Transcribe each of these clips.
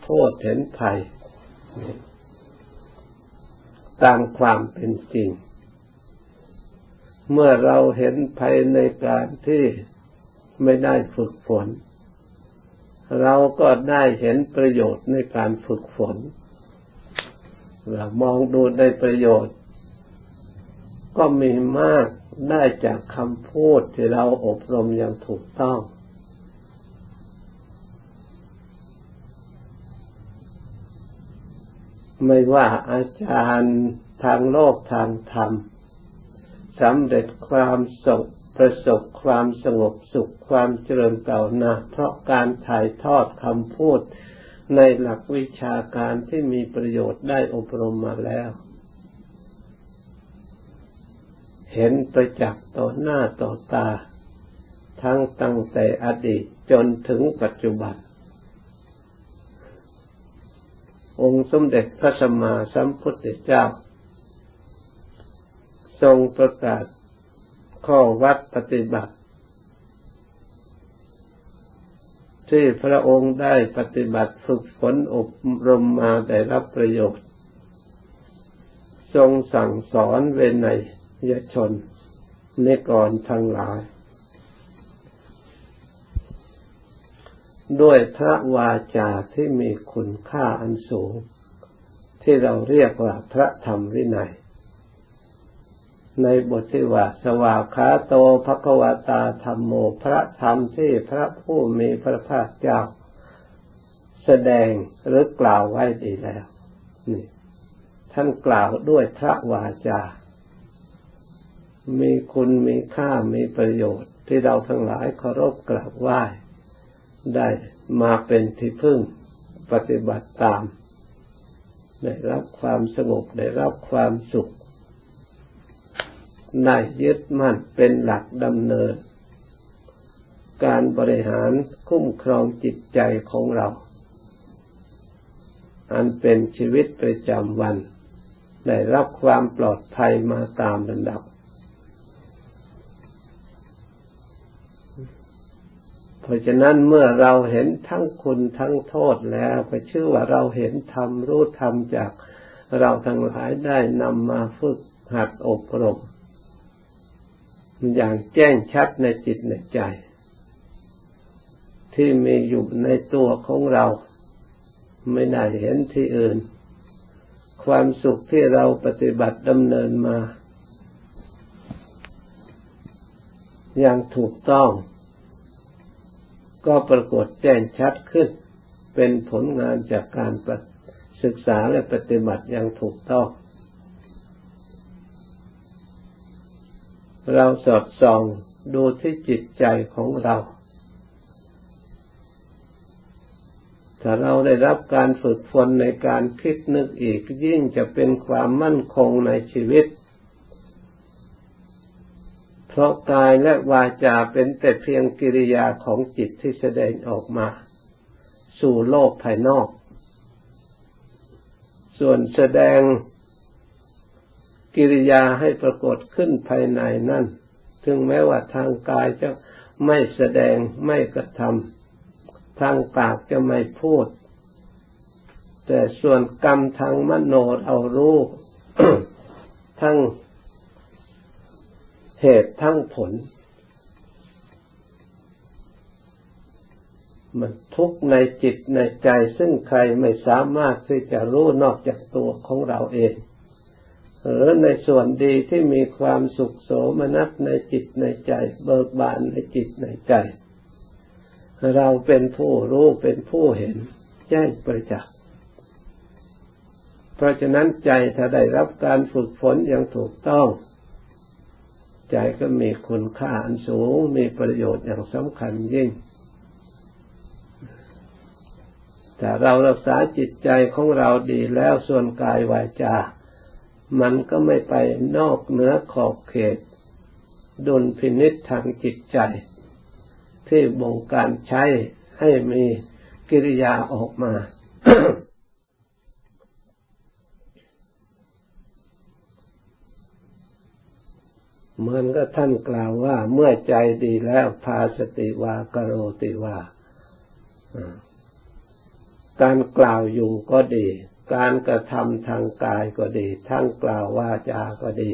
ษเห็นภัยตามความเป็นจริงเมื่อเราเห็นภัยในการที่ไม่ได้ฝึกฝนเราก็ได้เห็นประโยชน์ในการฝึกฝนเรามองดูในประโยชน์ก็มีมากได้จากคำพูดที่เราอบรมอย่างถูกต้องไม่ว่าอาจารย์ทางโลกทางธรรมสำเร็จความสุขประสบความสงบสุขความเจริญก้าวหน้าเพราะการถ่ายทอดคำพูดในหลักวิชาการที่มีประโยชน์ได้อบรมมาแล้วเห็นประจักษ์ต่อหน้าต่อตาทั้งตั้งแต่อดีตจนถึงปัจจุบันองค์สมเด็จพระสัมมาสัมพุทธเจ้าทรงประกาศข้อวัดปฏิบัติที่พระองค์ได้ปฏิบัติฝึกฝนอบรมมาได้รับประโยชน์ทรงสั่งสอนเวนยชนนิกรทั้งหลายด้วยพระวาจาที่มีคุณค่าอันสูงที่เราเรียกว่าพระธรรมวินัยในบทที่ว่าสวากขาโตภควตาธัมโมพระธรรมที่พระผู้มีพระภาคเจ้าแสดงหรือกล่าวไว้ดีแล้วนี่ท่านกล่าวด้วยพระวาจามีคุณมีค่ามีประโยชน์ที่เราทั้งหลายเคารพกราบไหว้ได้มาเป็นที่พึ่งปฏิบัติตามได้รับความสงบได้รับความสุขได้ยึดมั่นเป็นหลักดำเนินการบริหารคุ้มครองจิตใจของเราอันเป็นชีวิตประจำวันได้รับความปลอดภัยมาตามลำดับเพราะฉะนั้นเมื่อเราเห็นทั้งคุณทั้งโทษแล้วก็ชื่อว่าเราเห็นธรรมรู้ธรรมจากเราทั้งหลายได้นำมาฝึกหัดอบรมอย่างแจ้งชัดในจิตในใจที่มีอยู่ในตัวของเราไม่ได้เห็นที่อื่นความสุขที่เราปฏิบัติดำเนินมาอย่างถูกต้องก็ปรากฏแจ้งชัดขึ้นเป็นผลงานจากการศึกษาและปฏิบัติอย่างถูกต้องเราสอดส่องดูที่จิตใจของเราถ้าเราได้รับการฝึกฝนในการคิดนึกอีกยิ่งจะเป็นความมั่นคงในชีวิตเพราะกายและวาจาเป็นแต่เพียงกิริยาของจิตที่แสดงออกมาสู่โลกภายนอกส่วนแสดงกิริยาให้ปรากฏขึ้นภายในนั่นถึงแม้ว่าทางกายจะไม่แสดงไม่กระทำทางปากจะไม่พูดแต่ส่วนกรรมทางมโนเรารู้ ทั้งเหตุทั้งผลมันทุกข์ในจิตในใจซึ่งใครไม่สามารถที่จะรู้นอกจากตัวของเราเองหรือในส่วนดีที่มีความสุขโสมนัสในจิตในใจเบิกบานในจิตในใจเราเป็นผู้รู้เป็นผู้เห็นแจ้งประจักษ์เพราะฉะนั้นใจถ้าได้รับการฝึกฝนอย่างถูกต้องใจก็มีคุณค่าอันสูงมีประโยชน์อย่างสำคัญยิ่งแต่เรารักษาจิตใจของเราดีแล้วส่วนกายวาจามันก็ไม่ไปนอกเหนือขอบเขตดุลพินิจทางจิตใจที่บงการใช้ให้มีกิริยาออกมา เหมือนกับท่านกล่าวว่าเมื่อใจดีแล้วพาสติวากโรติวาการกล่าวอยู่ก็ดีการกระทำทางกายก็ดีทั้งกล่าววาจาก็ดี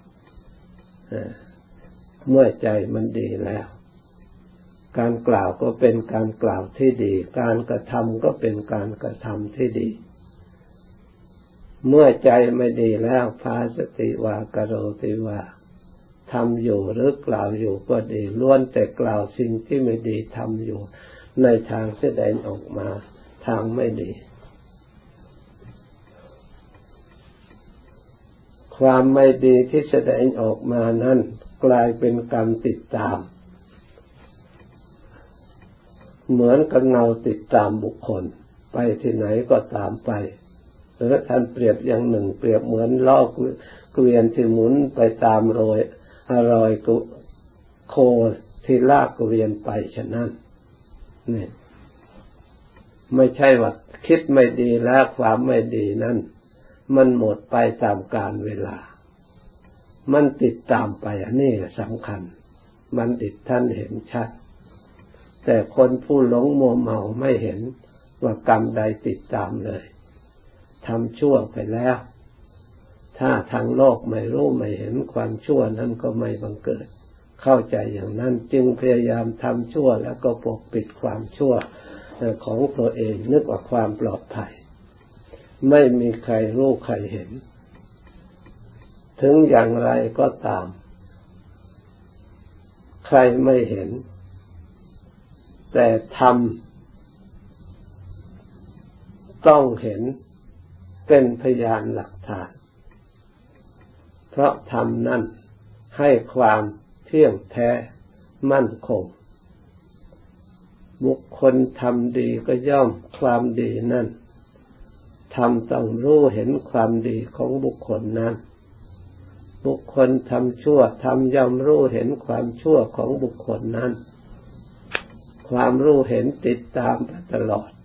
เมื่อใจมันดีแล้วการกล่าวก็เป็นการกล่าวที่ดีการกระทำก็เป็นการกระทำที่ดีเมื่อใจไม่ดีแล้วภาสติวากโรติวาทำอยู่หรือกล่าวอยู่ก็ดีล้วนแต่กล่าวสิ่งที่ไม่ดีทำอยู่ในทางแสดงออกมาทางไม่ดีความไม่ดีที่แสดงออกมานั้นกลายเป็นกรรมติดตามเหมือนกับเงาติดตามบุคคลไปที่ไหนก็ตามไปหรือท่านเปรียบอย่างหนึ่งเปรียบเหมือนล้อเกวียนที่หมุนไปตามรอยโคที่ลากเกวียนไปฉะนั้นนี่ไม่ใช่ว่าคิดไม่ดีแล้วความไม่ดีนั้นมันหมดไปตามกาลเวลามันติดตามไปอันนี้สำคัญบัณฑิตท่านเห็นชัดแต่คนผู้หลงมัวเมาไม่เห็นว่ากรรมใดติดตามเลยทำชั่วไปแล้วถ้าทางโลกไม่รู้ไม่เห็นความชั่วนั้นก็ไม่บังเกิดเข้าใจอย่างนั้นจึงพยายามทำชั่วแล้วก็ปกปิดความชั่วของตัวเองนึกว่าความปลอดภัยไม่มีใครรู้ใครเห็นถึงอย่างไรก็ตามใครไม่เห็นแต่ธรรมต้องเห็นเป็นพยานหลักฐานเพราะธรรมนั้นให้ความเที่ยงแท้มั่นคงบุคคลทำดีก็ย่อมความดีนั้นธรรมต้องรู้เห็นความดีของบุคคลนั้นบุคคลทำชั่วธรรมย่อมรู้เห็นความชั่วของบุคคลนั้นความรู้เห็นติดตามไปตลอด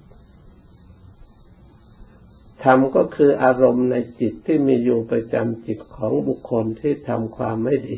ธรรมก็คืออารมณ์ในจิตที่มีอยู่ประจำจิตของบุคคลที่ทำความไม่ดี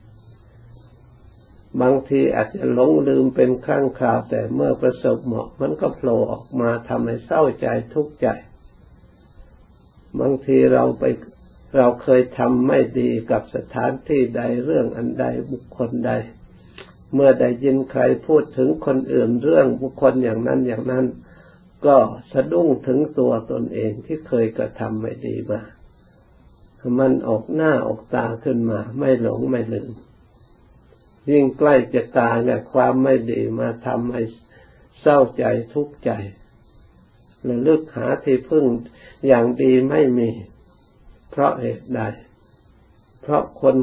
บางทีอาจจะหลงลืมเป็นครั้งคราวแต่เมื่อประสบเหมาะมันก็โผล่ออกมาทำให้เศร้าใจทุกข์ใจบางทีเราเคยทำไม่ดีกับสถานที่ใดเรื่องอันใดบุคคลใดเมื่อได้ยินใครพูดถึงคนอื่นเรื่องบุคคลอย่างนั้นอย่างนั้นก็สะดุ้งถึงตัวตนเองที่เคยกระทำไม่ดีมามันออกหน้าออกตาขึ้นมาไม่หลงไม่ลืมยิ่งใกล้จะตายเนี่ยความไม่ดีมาทำให้เศร้าใจทุกข์ใจระลึกหาที่พึ่งอย่างดีไม่มีเพราะเหตุใดเพราะคน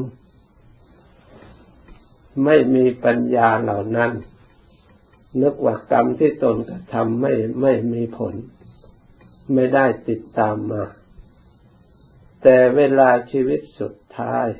ไม่มีปัญญาเหล่านั้นนึกว่ากรรมที่ตนกระทำไม่มีผลไม่ได้ติดตามมาแต่เวลาชีวิตสุดท้าย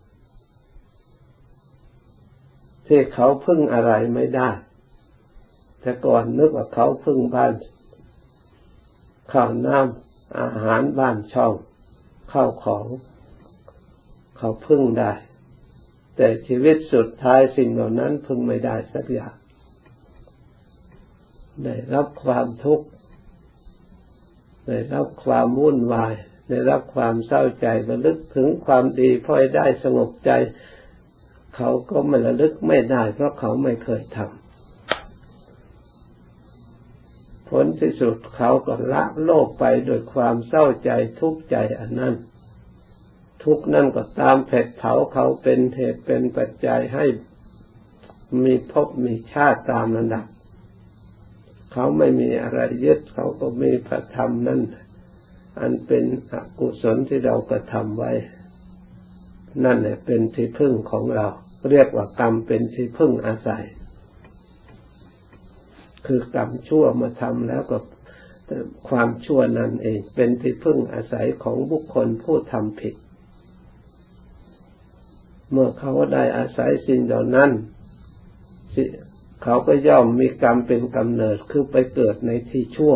ที่เขาพึ่งอะไรไม่ได้แต่ก่อนนึกว่าเขาพึ่งบ้านข้าวน้ำอาหารบ้านช่องข้าวของเขาพึ่งได้แต่ชีวิตสุดท้ายสิ่งเหล่านั้นพึ่งไม่ได้สักอย่างได้รับความทุกข์ได้รับความวุ่นวายได้รับความเศร้าใจระลึกถึงความดีพอได้สงบใจเขาก็ไม่ระลึกไม่ได้เพราะเขาไม่เคยทำผลที่สุดเขาก็ละโลกไปโดยความเศร้าใจทุกข์ใจอันนั้นทุกข์นั่นก็ตามเผดเผาเขาเป็นเหตุเป็นปัจจัยให้มีภพมีชาติตามระดับเขาไม่มีอะไรยึดเขาก็มีพระธรรมนั้นอันเป็นอกุศลที่เรากระทำไว้นั่นแหละเป็นที่พึ่งของเราเรียกว่ากรรมเป็นที่พึ่งอาศัยคือกรรมชั่วมาทำแล้วก็ความชั่วนั่นเองเป็นที่พึ่งอาศัยของบุคคลผู้ทำผิดเมื่อเขาได้อาศัยสิ่งเหล่านั้นเขาก็ย่อมมีกรรมเป็นกำเนิดคือไปเกิดในที่ชั่ว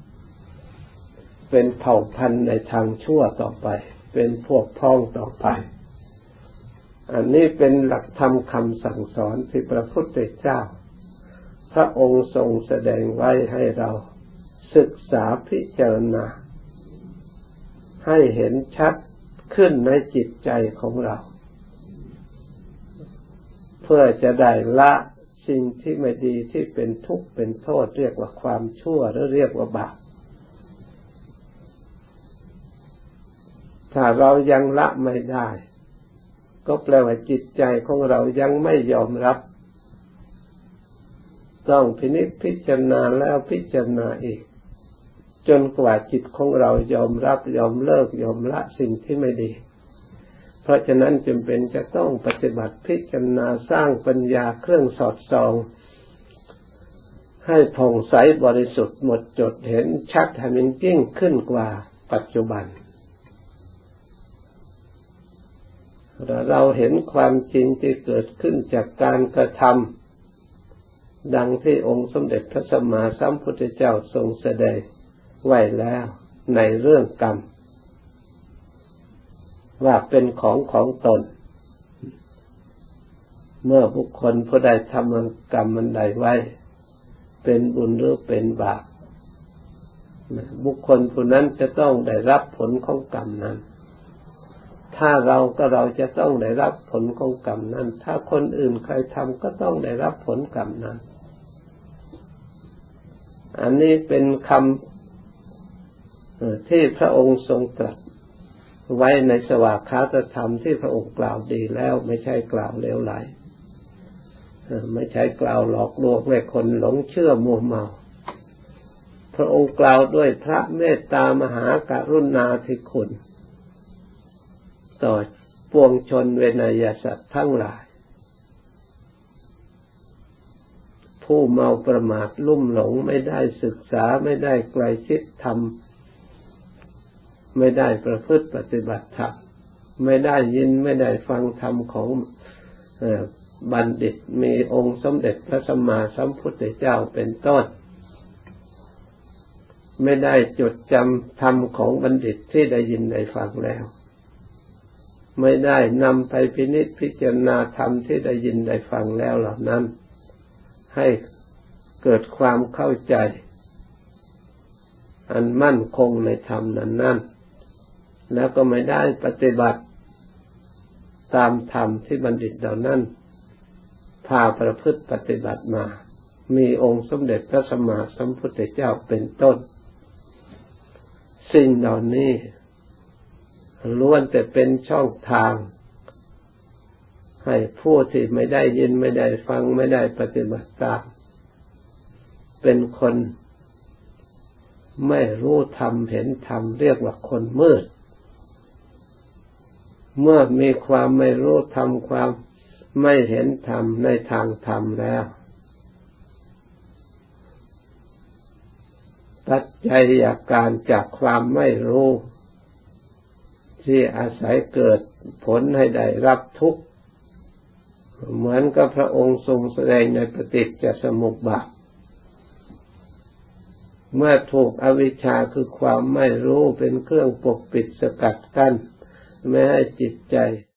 เป็นเผ่าพันธุ์ในทางชั่วต่อไปเป็นพวกพ้องต่อไปอันนี้เป็นหลักธรรมคำสั่งสอนที่พระพุทธเจ้าพระองค์ทรงแสดงไว้ให้เราศึกษาพิจารณาให้เห็นชัดขึ้นในจิตใจของเราเพื่อจะได้ละสิ่งที่ไม่ดีที่เป็นทุกข์เป็นโทษเรียกว่าความชั่วหรือเรียกว่าบาปถ้าเรายังละไม่ได้ก็แปลว่าจิตใจของเรายังไม่ยอมรับต้องพินิจพิจารณาแล้วพิจารณาอีกจนกว่าจิตของเรายอมรับยอมเลิกยอมละสิ่งที่ไม่ดีเพราะฉะนั้นจำเป็นจะต้องปฏิบัติพิจารณาสร้างปัญญาเครื่องสอดส่องให้ผ่องใสบริสุทธิ์หมดจดเห็นชัดให้มันยิ่งขึ้นกว่าปัจจุบันเราเห็นความจริงที่เกิดขึ้นจากการกระทำดังที่องค์สมเด็จพระสัมมาสัมพุทธเจ้าทรงแสดงไว้แล้วในเรื่องกรรมว่าเป็นของตนเมื่อบุคคลผู้ใดทำกรรมมันใดไว้เป็นบุญหรือเป็นบาปบุคคลผู้นั้นจะต้องได้รับผลของกรรมนั้นถ้าเราจะต้องได้รับผลของกรรมนั้นถ้าคนอื่นใครทำก็ต้องได้รับผลกรรมนั้นอันนี้เป็นคำที่พระองค์ทรงตรัสไว้ในสวากขาตธรรมที่พระองค์กล่าวดีแล้วไม่ใช่กล่าวเลวไหลไม่ใช่กล่าวหลอกลวงให้คนหลงเชื่อมัวเมาพระองค์กล่าวด้วยพระเมตตามหากรุณาธิคุณต่อปวงชนเวนยสัตว์ทั้งหลายผู้เมาประมาทลุ่มหลงไม่ได้ศึกษาไม่ได้ใกล้ชิดธรรมไม่ได้ประพฤติปฏิบัติธรรมไม่ได้ยินไม่ได้ฟังธรรมของบัณฑิตมีองค์สมเด็จพระสัมมาสัมพุทธเจ้าเป็นต้นไม่ได้จดจำธรรมของบัณฑิตที่ได้ยินได้ฟังแล้วไม่ได้นำไปพินิจพิจารณาธรรมที่ได้ยินได้ฟังแล้วเหล่านั้นให้เกิดความเข้าใจอันมั่นคงในธรรมนั้นแล้วก็ไม่ได้ปฏิบัติตามธรรมที่บัณฑิตเหล่านั้นพาประพฤติปฏิบัติมามีองค์สมเด็จพระสัมมาสัมพุทธเจ้าเป็นต้นสิ่งเหล่านี้ล้วนแต่เป็นช่องทางให้ผู้ที่ไม่ได้ยินไม่ได้ฟังไม่ได้ปฏิบัติตามเป็นคนไม่รู้ธรรมเห็นธรรมเรียกว่าคนมืดเมื่อมีความไม่รู้ธรรมความไม่เห็นธรรมในทางธรรมแล้วปัจจัยอาการจากความไม่รู้ที่อาศัยเกิดผลให้ได้รับทุกข์เหมือนกับพระองค์ทรงแสดงในปฏิจจสมุปบาทเมื่อถูกอวิชชาคือความไม่รู้เป็นเครื่องปกปิดสกัดกั้นไม่ให้จิตใจ